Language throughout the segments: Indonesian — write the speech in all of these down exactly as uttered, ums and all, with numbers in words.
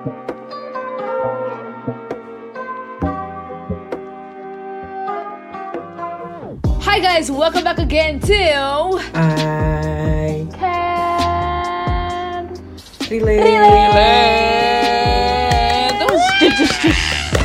Hi guys, welcome back again to I Can Relate. Relate. Terus cus cus cus.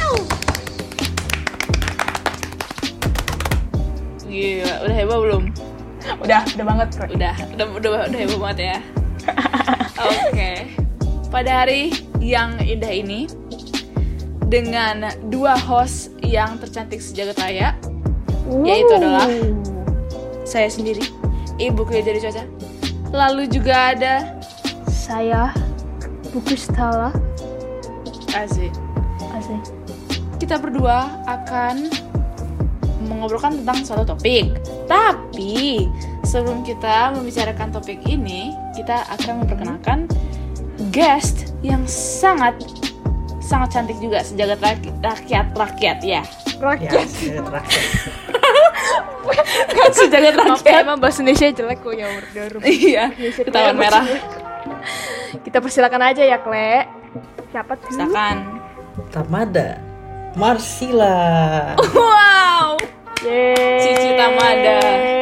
Gila, udah heboh belum? Udah, udah banget kok. Udah, udah, udah, udah heboh banget ya. Oke. Okay. Pada hari yang indah ini dengan dua host yang tercantik sejagat raya, yaitu adalah saya sendiri, Ibu Kuya Jadi Cuaca. Lalu juga ada Saya Buku Stala. Asik. Asik. Kita berdua akan mengobrolkan tentang suatu topik. Tapi sebelum kita membicarakan topik ini, kita akan memperkenalkan guest yang sangat sangat cantik juga sejagat rakyat rakyat ya. Rakyat. Ya, rakyat. Kan sejagat Maaf rakyat. ya, emang bahasa Indonesia jelek kok ya udah. Iya. Ketahuan merah. Kita persilakan aja ya, Kle. Siapa tuh? Silakan. Tamada Marsila. Wow. Yeay. Cici Tamada.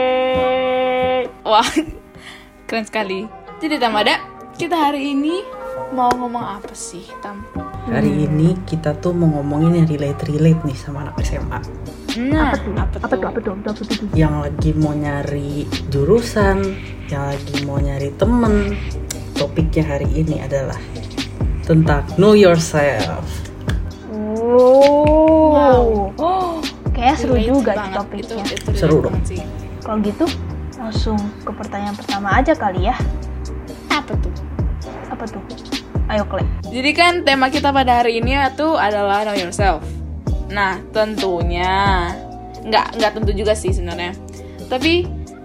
Wah, keren sekali. Jadi Tamada, kita hari ini mau ngomong apa sih, Tam? Hari ini kita tuh mau ngomongin yang relate-relate nih sama anak S M A Nah, Apa tuh? apa Apa tuh? Apa tuh? Apa tuh? Apa tuh? yang lagi mau nyari jurusan, yang lagi mau nyari temen. Topiknya hari ini adalah tentang know yourself. Oh. Wow. Oh. Kayaknya seru Relate juga nih banget. topiknya. Itu, itu relate Seru dong. banget sih. Kalau gitu, langsung ke pertanyaan pertama aja kali ya. Apa tuh? Apa tuh? Ayo, Kle. Jadi kan tema kita pada hari ini tuh adalah know yourself. Nah, tentunya nggak nggak tentu juga sih sebenarnya. Tapi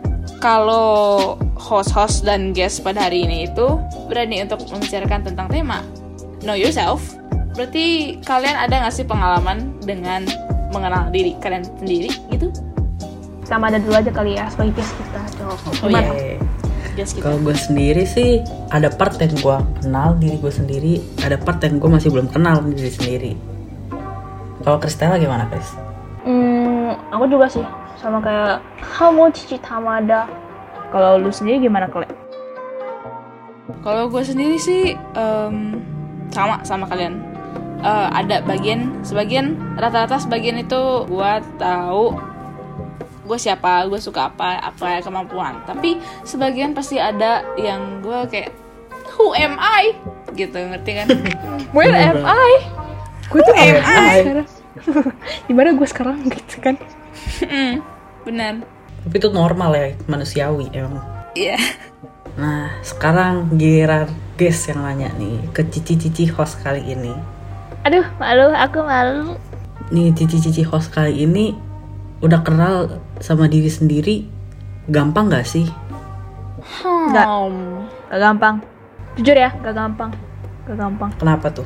kalau host-host dan guest pada hari ini itu berani untuk membicarakan tentang tema know yourself, berarti kalian ada nggak sih pengalaman dengan mengenal diri kalian sendiri gitu? Sama ada dulu aja kali ya sebagai guest kita. Coba. Oh Gimana? iya. Guest kita. Kalau gue sendiri sih ada part yang gue kenal diri gue sendiri, ada part yang gue masih belum kenal diri sendiri. Kalau Kristela gimana, Kris? Hmm, aku juga sih sama kayak kamu Cici Tamada. Kalau lu sendiri gimana, Kle? Kalau gue sendiri sih um, sama sama kalian. Uh, ada bagian, sebagian rata-rata sebagian itu gue tahu gue siapa, gue suka apa, apa kemampuan. Tapi sebagian pasti ada yang gue kayak who am I gitu, ngerti kan? Where am I? Gue tuh Am am I? I sekarang. Gimana gue sekarang gitu kan? Mm, benar. Tapi itu normal ya, manusiawi emang. Iya. Nah, sekarang giliran guest yang nanya nih ke cici-cici host kali ini. Aduh, malu, aku malu. Nih, cici-cici host kali ini udah kenal sama diri sendiri, gampang gak sih? Nggak. Gak gampang. Jujur ya, gak gampang. Gak gampang. Kenapa tuh?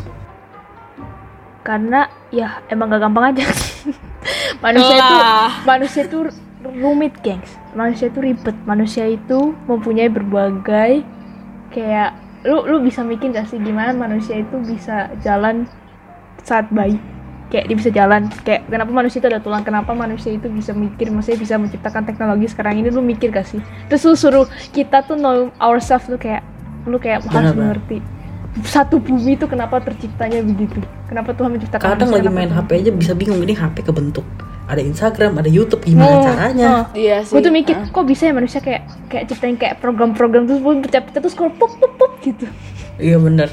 Karena ya emang gak gampang aja. manusia itu Lah. manusia itu rumit, gengs. Manusia itu ribet. Manusia itu mempunyai berbagai kayak lu lu bisa mikir gak sih gimana manusia itu bisa jalan saat bayi? Kayak dia bisa jalan. Kayak kenapa manusia itu ada tulang? Kenapa manusia itu bisa mikir? Maksudnya bisa menciptakan teknologi sekarang ini, lu mikir gak sih? Terus lu suruh kita tuh know ourselves tuh kayak lu kayak harus Benar, mengerti satu bumi itu kenapa terciptanya begitu. Kenapa Tuhan menciptakan Kadang manusia, lagi kenapa main Tuhan- H P aja bisa bingung, ini H P kebentuk. Ada Instagram, ada YouTube, gimana Oh, caranya? oh. Iya sih. Gue tuh mikir, Ah. kok bisa ya manusia kayak kayak ciptain kayak program-program terus pun bercapita terus scroll pop pop pop gitu. Iya bener.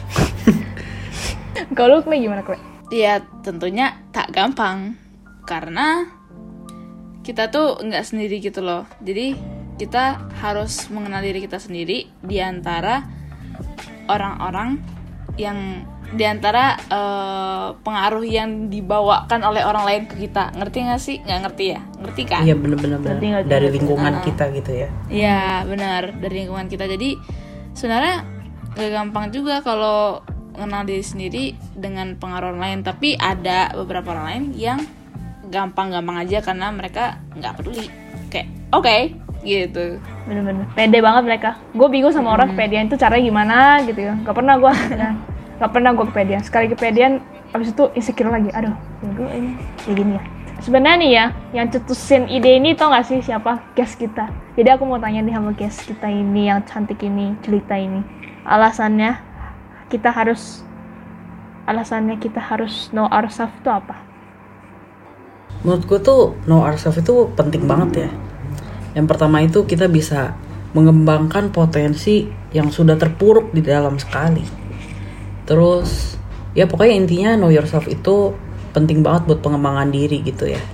Kalau lu Clay, gimana, Clay? Ya tentunya tak gampang karena kita tuh nggak sendiri gitu loh. Jadi kita harus mengenal diri kita sendiri di antara orang-orang yang di antara uh, pengaruh yang dibawakan oleh orang lain ke kita. Ngerti nggak sih? Nggak ngerti ya? Ngerti kan? Iya bener-bener Ngerti, ngerti, dari ngerti. lingkungan Ah. kita gitu ya. Iya benar, dari lingkungan kita. Jadi sebenarnya gak gampang juga kalau mengenal diri sendiri dengan pengaruh orang lain. Tapi ada beberapa orang lain yang gampang-gampang aja karena mereka nggak peduli. Kayak oke okay, gitu. Bener-bener pede banget mereka. Gue bingung sama orang kepedean itu caranya gimana gitu ya. Gak pernah gue. Nah, Gak pernah gue kepedean. Sekali kepedean, abis itu insecure lagi. Aduh, gue ini kayak gini ya. Sebenarnya nih ya, yang cetusin ide ini tau gak sih siapa? Guest kita. Jadi aku mau tanya nih sama guest kita ini yang cantik ini, jelita ini. Alasannya kita harus alasannya kita harus know ourselves itu apa? Menurut gue tuh know ourselves itu penting banget ya. Yang pertama itu kita bisa mengembangkan potensi yang sudah terpuruk di dalam sekali. Terus ya pokoknya intinya know yourself itu penting banget buat pengembangan diri gitu ya.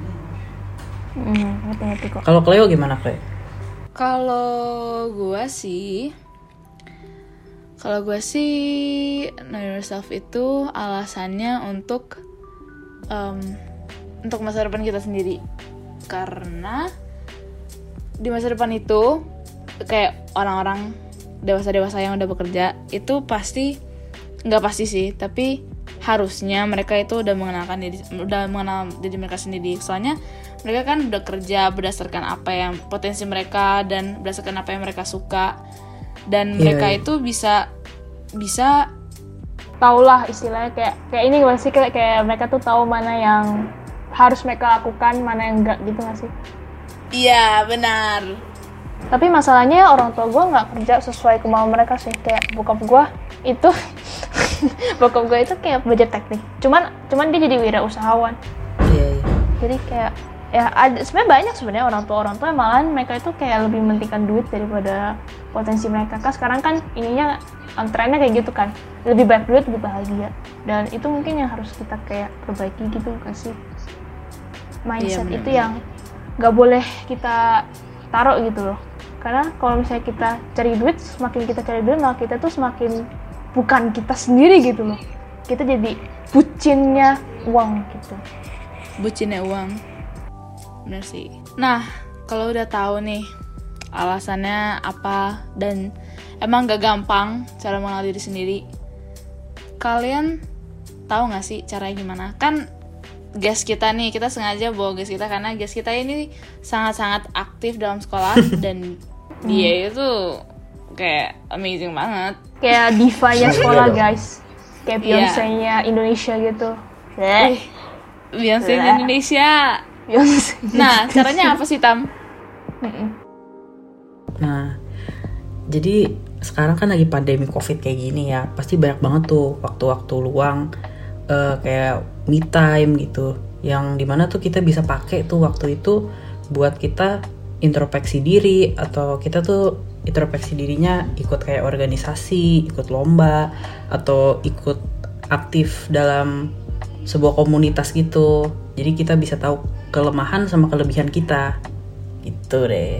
Hmm, ngerti-ngerti kok. Kalau Cleo gimana Cleo? Kalau gue sih, kalau gue sih know yourself itu alasannya untuk um, untuk masa depan kita sendiri. Karena di masa depan itu kayak orang-orang dewasa-dewasa yang udah bekerja itu pasti, nggak pasti sih, tapi harusnya mereka itu udah mengenalkan diri, udah mengenal diri mereka sendiri. Soalnya mereka kan udah kerja berdasarkan apa yang potensi mereka dan berdasarkan apa yang mereka suka, dan mereka yeah. itu bisa bisa taulah istilahnya kayak kayak ini gak sih, kayak, kayak mereka tuh tahu mana yang harus mereka lakukan, mana yang enggak gitu gak sih? Iya benar. Tapi masalahnya orang tua gue nggak kerja sesuai kemauan mereka sih. Kayak bokap gue itu bokap gue itu kayak belajar teknik, cuman cuman dia jadi wirausahawan. Iya, iya. Jadi kayak ya ada sebenarnya banyak sebenarnya orang tua orang tua malahan mereka itu kayak lebih mementingkan duit daripada potensi mereka. Kan sekarang kan ininya trennya kayak gitu kan, lebih banyak duit lebih bahagia, dan itu mungkin yang harus kita kayak perbaiki gitu kan sih. Mindset iya, itu yang nggak boleh kita taruh gitu loh. Karena kalau misalnya kita cari duit, semakin kita cari duit malah kita tuh semakin bukan kita sendiri gitu loh. Kita jadi bucinnya uang gitu. Bucinnya uang. Bener sih. Nah, kalau udah tahu nih alasannya apa dan emang gak gampang cara mengenal diri sendiri, kalian tahu gak sih caranya gimana? Kan guest kita nih, kita sengaja bawa guest kita karena guest kita ini sangat-sangat aktif dalam sekolah dan dia itu kayak amazing banget. Kayak diva-nya sekolah guys. Kayak Beyonce-nya yeah. Indonesia gitu. Eh, Beyonce-nya Indonesia. Beyonce. Nah, caranya apa sih Tam? Nah, jadi sekarang kan lagi pandemi COVID kayak gini ya, pasti banyak banget tuh waktu-waktu luang uh, kayak me time gitu, yang dimana tuh kita bisa pakai tuh waktu itu buat kita introspeksi diri, atau kita tuh introspeksi dirinya ikut kayak organisasi, ikut lomba, atau ikut aktif dalam sebuah komunitas gitu. Jadi kita bisa tahu kelemahan sama kelebihan kita gitu deh.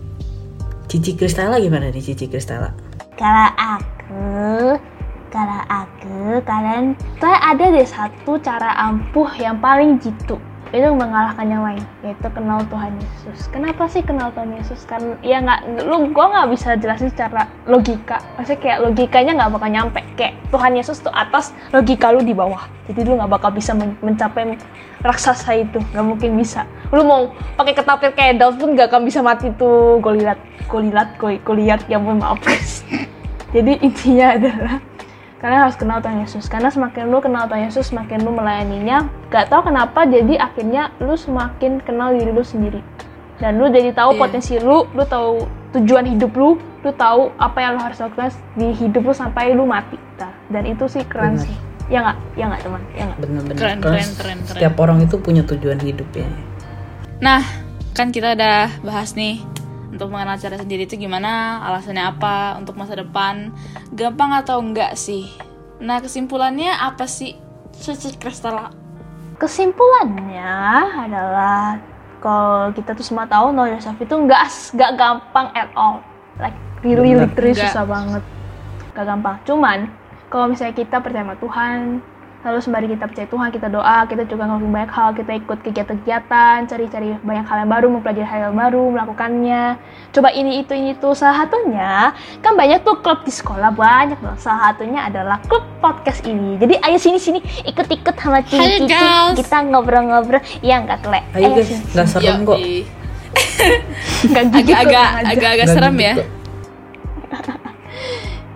Cici Kristala gimana nih Cici Kristala? Kalau aku, kalau aku, kalian tuh ada deh satu cara ampuh yang paling jitu, itu mengalahkan yang lain, yaitu kenal Tuhan Yesus. Kenapa sih kenal Tuhan Yesus? Karena ya nggak, lu gue nggak bisa jelasin secara logika. Maksudnya kayak logikanya nggak bakal nyampe. Kayak Tuhan Yesus tuh atas, logika lu di bawah. Jadi lu nggak bakal bisa men- mencapai raksasa itu, nggak mungkin bisa. Lu mau pakai ketapel kayak Daud pun nggak akan bisa mati tuh Goliat, Goliat, Goliat. Ya mohon maaf guys. Jadi intinya adalah kalian harus kenal Tuhan Yesus, karena semakin lu kenal Tuhan Yesus, semakin lu melayaninya. Gak tau kenapa, jadi akhirnya lu semakin kenal diri lu sendiri, dan lu jadi tahu yeah. potensi lu, lu tahu tujuan hidup lu, lu tahu apa yang lu harus lakukan di hidup lu sampai lu mati. Nah, dan itu sih keren Bener. sih, ya nggak, ya nggak teman, ya nggak. Bener-bener keren, keren, keren, keren. Setiap orang itu punya tujuan hidup ya. Nah, kan kita udah bahas nih untuk mengenal cara sendiri itu gimana, alasannya apa untuk masa depan, gampang atau enggak sih? Nah, kesimpulannya apa sih, Cici Kristala? Kesimpulannya adalah kalau kita tuh semua tahu know yourself itu enggak enggak gampang at all, like really Bener. literally Enggak. susah banget, enggak gampang. Cuman kalau misalnya kita percaya sama Tuhan, lalu sembari kita percaya Tuhan, kita doa, kita juga ngelakuin banyak hal, kita ikut kegiatan-kegiatan, cari-cari banyak hal yang baru, mempelajari hal yang baru, melakukannya, coba ini, itu, ini, itu. Salah satunya, kan banyak tuh klub di sekolah, banyak loh. Salah satunya adalah klub podcast ini. Jadi ayo sini-sini, ikut-ikut sama Cici, kita ngobrol-ngobrol. Iya, nggak telek. Ayo guys, nggak serem kok. Nggak gitu, Agak-agak agak-agak serem ya.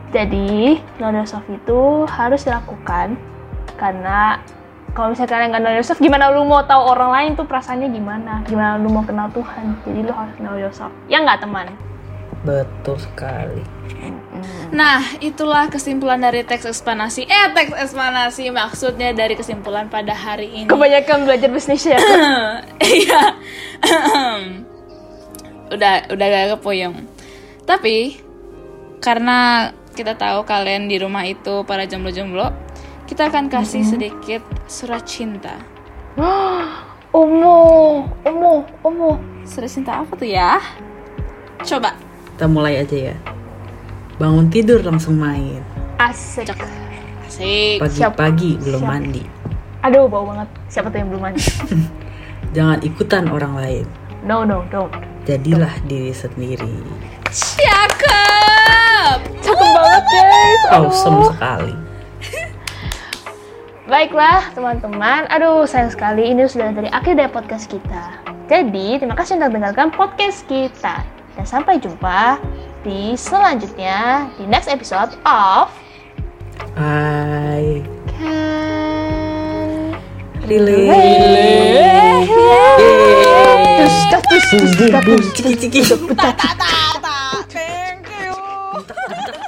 Jadi know yourself itu harus dilakukan karena kalau misalnya kalian nggak know yourself, gimana lu mau tahu orang lain tuh perasaannya gimana? Gimana lu mau kenal Tuhan? Jadi lu harus know yourself. Ya nggak teman? Betul sekali. Nah, itulah kesimpulan dari teks eksplanasi. Eh, teks eksplanasi maksudnya dari kesimpulan pada hari ini. Kebanyakan belajar bisnis ya. Iya. udah udah gak kepuyeng. Tapi karena kita tahu kalian di rumah itu para jomblo-jomblo, kita akan kasih mm-hmm. sedikit surat cinta. Omo, omo, omo. Surat cinta apa tuh ya? Coba. Kita mulai aja ya. Bangun tidur langsung main. Asik. Asik. Pagi-pagi belum Siap. mandi. Aduh, bau banget. Siapa tuh yang belum mandi? Jangan ikutan orang lain. No, no, don't. Jadilah diri sendiri. Cakep. Cakep banget guys. Aduh. Awesome sekali. Baiklah teman-teman. Aduh, sayang sekali ini sudah dari akhir dari podcast kita. Jadi, terima kasih sudah mendengarkan podcast kita. Dan sampai jumpa di selanjutnya di next episode of I Can Relate. Terus, terus, terus, terus, terus, terus, terus, terus, terus, Ta ta ta ta. Thank you.